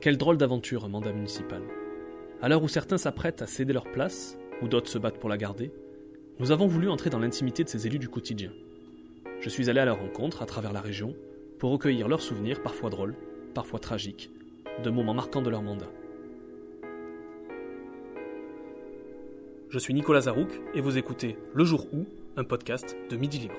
Quelle drôle d'aventure, un mandat municipal. À l'heure où certains s'apprêtent à céder leur place, ou d'autres se battent pour la garder, nous avons voulu entrer dans l'intimité de ces élus du quotidien. Je suis allé à leur rencontre à travers la région pour recueillir leurs souvenirs, parfois drôles, parfois tragiques, de moments marquants de leur mandat. Je suis Nicolas Zarouk et vous écoutez Le Jour Où, un podcast de Midi Libre.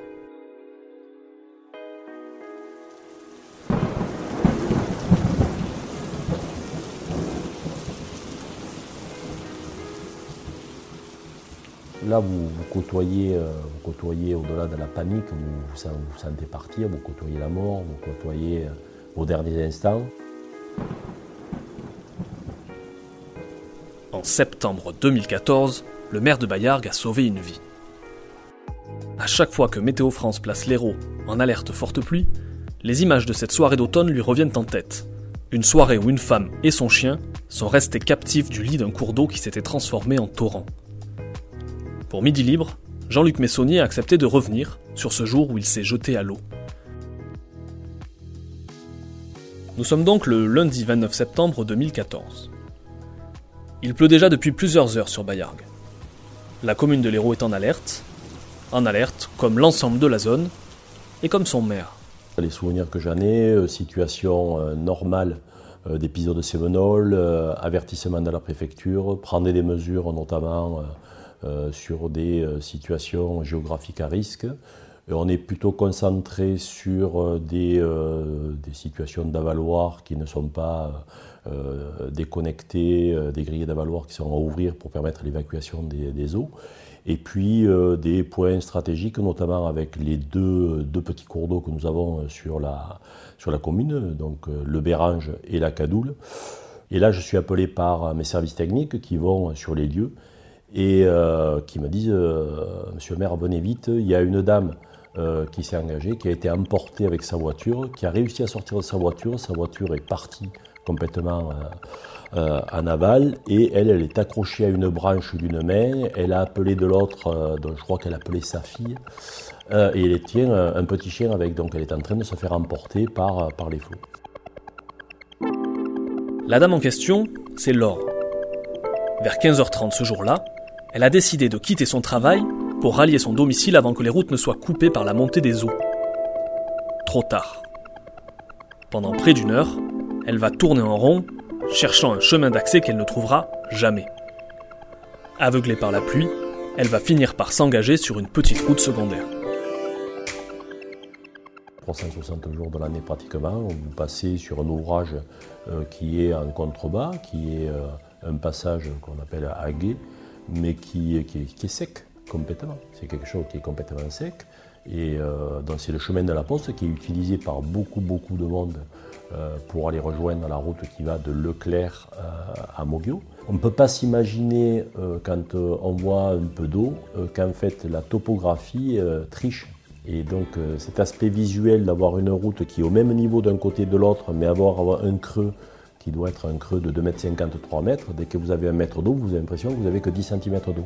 Là, vous côtoyez au-delà de la panique, vous sentez partir, vous côtoyez la mort, vous côtoyez vos derniers instants. En septembre 2014, le maire de Baillargues a sauvé une vie. À chaque fois que Météo France place l'Hérault en alerte forte pluie, les images de cette soirée d'automne lui reviennent en tête. Une soirée où une femme et son chien sont restés captifs du lit d'un cours d'eau qui s'était transformé en torrent. Pour Midi Libre, Jean-Luc Messonnier a accepté de revenir sur ce jour où il s'est jeté à l'eau. Nous sommes donc le lundi 29 septembre 2014. Il pleut déjà depuis plusieurs heures sur Baillargues. La commune de l'Hérault est en alerte comme l'ensemble de la zone et comme son maire. Les souvenirs que j'en ai, situation normale d'épisodes Cévenol, avertissement de la préfecture, prendre des mesures notamment sur des situations géographiques à risque. On est plutôt concentré sur des situations d'avaloirs qui ne sont pas déconnectées, des grilles d'avaloirs qui sont à ouvrir pour permettre l'évacuation des eaux. Et puis des points stratégiques, notamment avec les deux petits cours d'eau que nous avons sur la commune, donc le Bérange et la Cadoule. Et là, je suis appelé par mes services techniques qui vont sur les lieux et qui me disent « Monsieur le maire, venez vite, il y a une dame qui s'est engagée, qui a été emportée avec sa voiture, qui a réussi à sortir de sa voiture est partie complètement en aval, et elle est accrochée à une branche d'une main, elle a appelé de l'autre, donc je crois qu'elle a appelé sa fille, et elle tient un petit chien avec, donc elle est en train de se faire emporter par les flots. » La dame en question, c'est Laure. Vers 15h30 ce jour-là, elle a décidé de quitter son travail pour rallier son domicile avant que les routes ne soient coupées par la montée des eaux. Trop tard. Pendant près d'une heure, elle va tourner en rond, cherchant un chemin d'accès qu'elle ne trouvera jamais. Aveuglée par la pluie, elle va finir par s'engager sur une petite route secondaire. 360 jours de l'année pratiquement, vous passez sur un ouvrage qui est en contrebas, qui est un passage qu'on appelle à gué, mais qui est sec complètement. C'est quelque chose qui est complètement sec. Et donc c'est le chemin de la Poste qui est utilisé par beaucoup de monde pour aller rejoindre la route qui va de Leclerc à Moguio. On ne peut pas s'imaginer quand on voit un peu d'eau qu'en fait la topographie triche. Et donc cet aspect visuel d'avoir une route qui est au même niveau d'un côté et de l'autre, mais avoir un creux qui doit être un creux de 2,50 m, 3 mètres, dès que vous avez 1 mètre d'eau, vous avez l'impression que vous n'avez que 10 cm d'eau.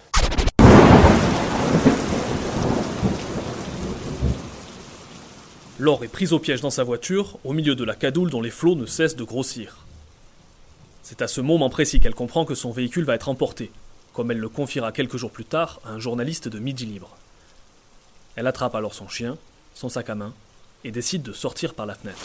Laure est prise au piège dans sa voiture, au milieu de la Cadoule dont les flots ne cessent de grossir. C'est à ce moment précis qu'elle comprend que son véhicule va être emporté, comme elle le confiera quelques jours plus tard à un journaliste de Midi Libre. Elle attrape alors son chien, son sac à main, et décide de sortir par la fenêtre.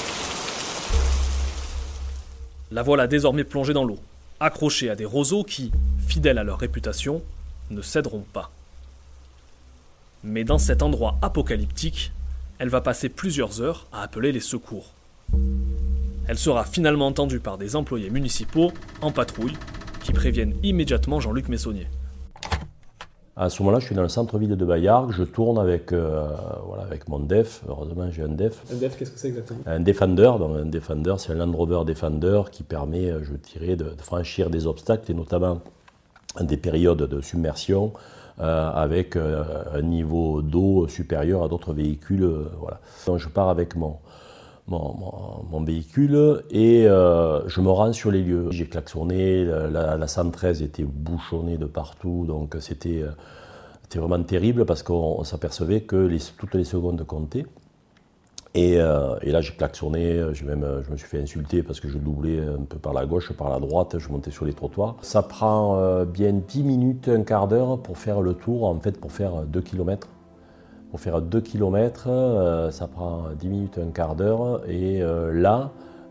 La voilà désormais plongée dans l'eau, accrochée à des roseaux qui, fidèles à leur réputation, ne céderont pas. Mais dans cet endroit apocalyptique, elle va passer plusieurs heures à appeler les secours. Elle sera finalement entendue par des employés municipaux en patrouille qui préviennent immédiatement Jean-Luc Messonnier. À ce moment-là, je suis dans le centre-ville de Baillargues, je tourne avec mon DEF, heureusement j'ai un DEF. Un DEF, qu'est-ce que c'est exactement ? Un Defender, donc un Defender, c'est un Land Rover Defender qui permet, je dirais, de franchir des obstacles, et notamment des périodes de submersion avec un niveau d'eau supérieur à d'autres véhicules. Voilà. Donc je pars avec mon véhicule et je me rends sur les lieux. J'ai klaxonné, la 113 était bouchonnée de partout, donc c'était vraiment terrible parce qu'on s'apercevait que toutes les secondes comptaient. Et là, j'ai klaxonné, je me suis fait insulter parce que je doublais un peu par la gauche, par la droite, je montais sur les trottoirs. Ça prend bien 10 minutes, un quart d'heure pour faire le tour, en fait, pour faire 2 km. Pour faire 2 km, ça prend 10 minutes, un quart d'heure. Et là,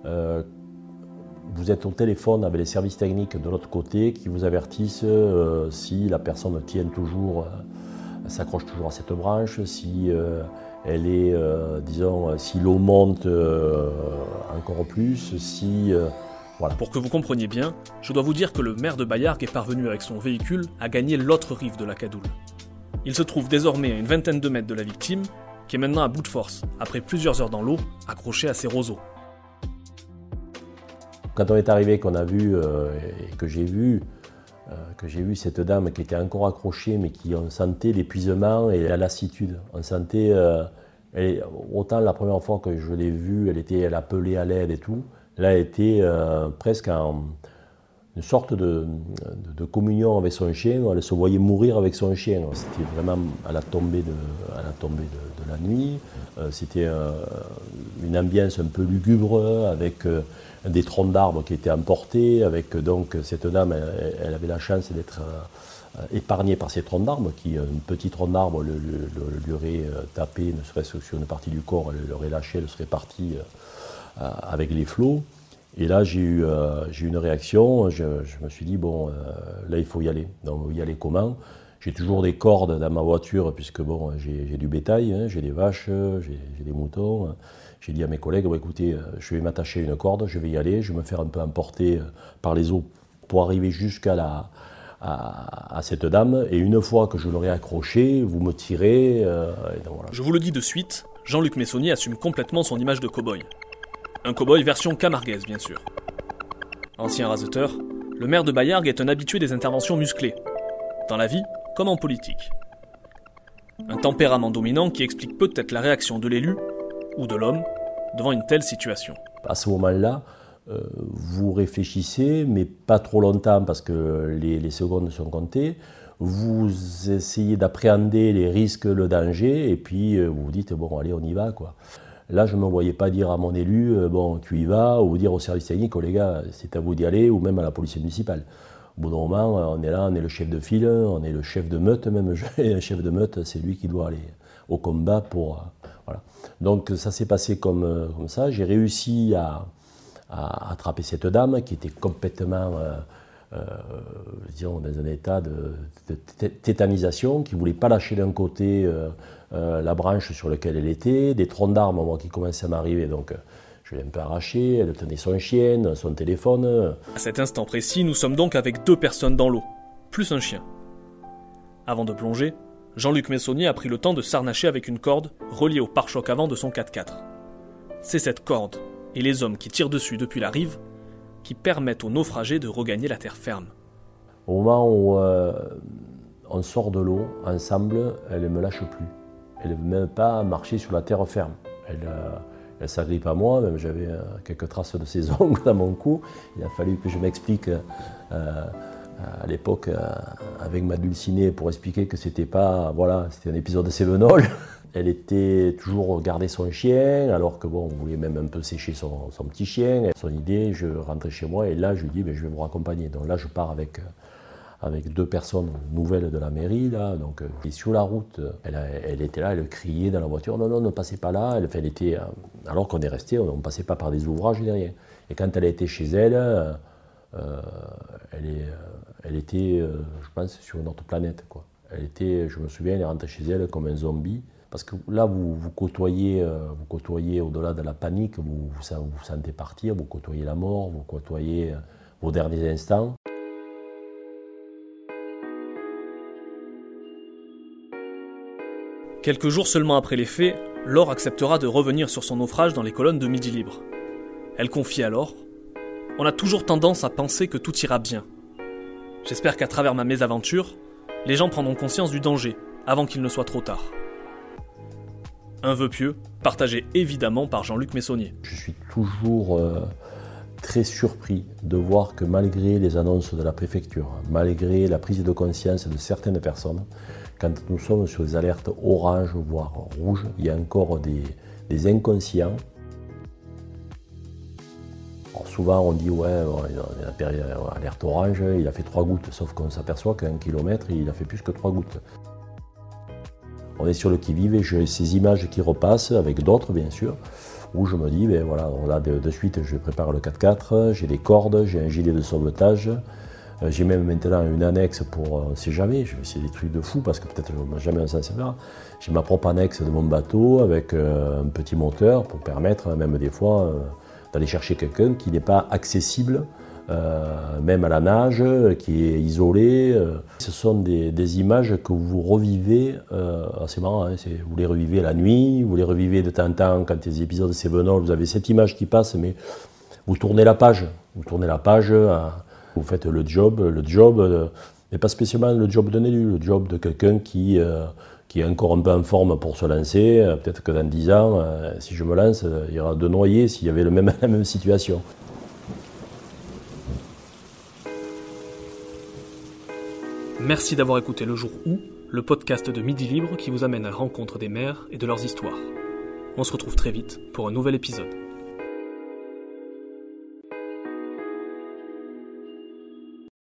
vous êtes au téléphone avec les services techniques de l'autre côté qui vous avertissent si la personne tient toujours, s'accroche toujours à cette branche, si elle est, si l'eau monte encore plus, si... voilà. Pour que vous compreniez bien, je dois vous dire que le maire de Baillargues est parvenu avec son véhicule à gagner l'autre rive de la Cadoule. Il se trouve désormais à une vingtaine de mètres de la victime, qui est maintenant à bout de force, après plusieurs heures dans l'eau, accrochée à ses roseaux. Quand on est arrivé, qu'on a vu et que j'ai vu cette dame qui était encore accrochée, mais qui on sentait l'épuisement et la lassitude. On sentait, autant la première fois que je l'ai vue, elle appelait à l'aide et tout. Là, elle était presque en une sorte de communion avec son chien. Elle se voyait mourir avec son chien. C'était vraiment à la tombée de la nuit. C'était une ambiance un peu lugubre avec des troncs d'arbres qui étaient emportés. Avec donc cette dame, elle avait la chance d'être épargnée par ces troncs d'arbres, un petit tronc d'arbre lui aurait tapé, ne serait-ce que sur une partie du corps, elle l'aurait lâché, elle serait partie avec les flots. Et là, j'ai eu une réaction, je me suis dit, bon, là, il faut y aller. Donc, y aller comment? J'ai toujours des cordes dans ma voiture, puisque bon, j'ai du bétail, hein, j'ai des vaches, j'ai des moutons. J'ai dit à mes collègues, bon, écoutez, je vais m'attacher à une corde, je vais y aller, je vais me faire un peu emporter par les eaux pour arriver jusqu'à cette dame. Et une fois que je l'aurai accrochée, vous me tirez. Et donc, voilà. Je vous le dis de suite, Jean-Luc Messonnier assume complètement son image de cow-boy. Un cow-boy version camarguaise, bien sûr. Ancien raseteur, le maire de Baillargues est un habitué des interventions musclées, dans la vie comme en politique. Un tempérament dominant qui explique peut-être la réaction de l'élu, ou de l'homme, devant une telle situation. À ce moment-là, vous réfléchissez, mais pas trop longtemps, parce que les secondes sont comptées. Vous essayez d'appréhender les risques, le danger, et puis vous vous dites, bon, allez, on y va, quoi. Là, je ne me voyais pas dire à mon élu, bon, tu y vas, ou dire au service technique, oh, les gars, c'est à vous d'y aller, ou même à la police municipale. Au bout d'un moment, on est là, on est le chef de file, on est le chef de meute, même. Et un chef de meute, c'est lui qui doit aller au combat pour... voilà. Donc ça s'est passé comme ça. J'ai réussi à attraper cette dame qui était complètement, disons, dans un état de tétanisation, qui ne voulait pas lâcher d'un côté la branche sur laquelle elle était, des troncs d'arbres moi, qui commençaient à m'arriver, donc je l'ai un peu arraché, elle tenait son chien, son téléphone. À cet instant précis, nous sommes donc avec 2 personnes dans l'eau, plus un chien. Avant de plonger, Jean-Luc Messonnier a pris le temps de s'harnacher avec une corde reliée au pare-choc avant de son 4x4. C'est cette corde, et les hommes qui tirent dessus depuis la rive, qui permettent aux naufragés de regagner la terre ferme. Au moment où on sort de l'eau ensemble, elle ne me lâche plus. Elle ne veut même pas marcher sur la terre ferme. Elle s'agrippe à moi, même j'avais quelques traces de ses ongles dans mon cou. Il a fallu que je m'explique à l'époque avec ma dulcinée pour expliquer que c'était pas, voilà, c'était un épisode de Sévenol. Elle était toujours garder son chien, alors que bon, on voulait même un peu sécher son petit chien. Son idée, je rentrais chez moi et là je lui dis, je vais vous raccompagner. Donc là je pars avec 2 personnes nouvelles de la mairie, là, donc, et sur la route, elle était là, elle criait dans la voiture, non, ne passez pas là, elle était, alors qu'on est resté, on ne passait pas par des ouvrages ni rien. Et quand elle a été chez elle, elle était, je pense, sur une autre planète, quoi. Elle était, je me souviens, elle est rentrée chez elle comme un zombie, parce que là, vous côtoyez au-delà de la panique, vous sentez partir, vous côtoyez la mort, vous côtoyez vos derniers instants. Quelques jours seulement après les faits, Laure acceptera de revenir sur son naufrage dans les colonnes de Midi Libre. Elle confie alors « On a toujours tendance à penser que tout ira bien. J'espère qu'à travers ma mésaventure, les gens prendront conscience du danger avant qu'il ne soit trop tard. » Un vœu pieux, partagé évidemment par Jean-Luc Messonnier. Je suis toujours très surpris de voir que malgré les annonces de la préfecture, malgré la prise de conscience de certaines personnes, quand nous sommes sur des alertes orange, voire rouges, il y a encore des inconscients. Alors souvent on dit ouais, bon, il a péri alerte orange, il a fait 3 gouttes, sauf qu'on s'aperçoit qu'à 1 kilomètre, il a fait plus que 3 gouttes. On est sur le qui-vive et j'ai ces images qui repassent, avec d'autres bien sûr, où je me dis, ben voilà, là de suite je prépare le 4x4, j'ai des cordes, j'ai un gilet de sauvetage, j'ai même maintenant une annexe pour, on ne sait jamais, c'est des trucs de fou parce que peut-être jamais on s'en servira. J'ai ma propre annexe de mon bateau avec un petit moteur pour permettre même des fois d'aller chercher quelqu'un qui n'est pas accessible, même à la nage, qui est isolé. Ce sont des images que vous revivez, c'est marrant, hein, vous les revivez la nuit, vous les revivez de temps en temps quand les épisodes Cévenol, vous avez cette image qui passe, mais vous tournez la page, vous faites le job, mais pas spécialement le job d'un élu, le job de quelqu'un qui est encore un peu en forme pour se lancer. Peut-être que dans 10 ans, si je me lance, il y aura 2 noyés s'il y avait la même situation. Merci d'avoir écouté Le Jour Où, le podcast de Midi Libre qui vous amène à la rencontre des maires et de leurs histoires. On se retrouve très vite pour un nouvel épisode.